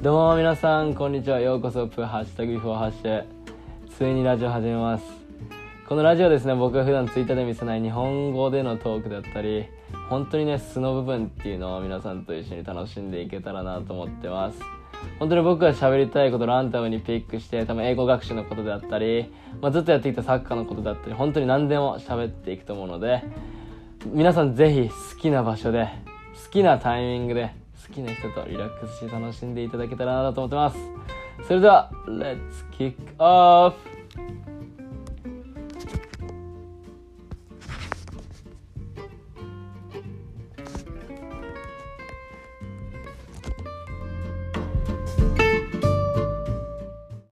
どうも皆さんこんにちは。ようこそハッシュタグビフォーハッシュ。ついにラジオ始めます。このラジオですね、僕が普段ツイッターで見せない日本語でのトークだったり、本当にね素の部分っていうのを皆さんと一緒に楽しんでいけたらなと思ってます。本当に僕が喋りたいことをランダムにピックして、多分英語学習のことであったり、ずっとやってきたサッカーのことだったり、本当に何でも喋っていくと思うので、皆さんぜひ好きな場所で好きなタイミングで好きな人とリラックスして楽しんでいただけたらなと思ってます。それでは Let's kick off!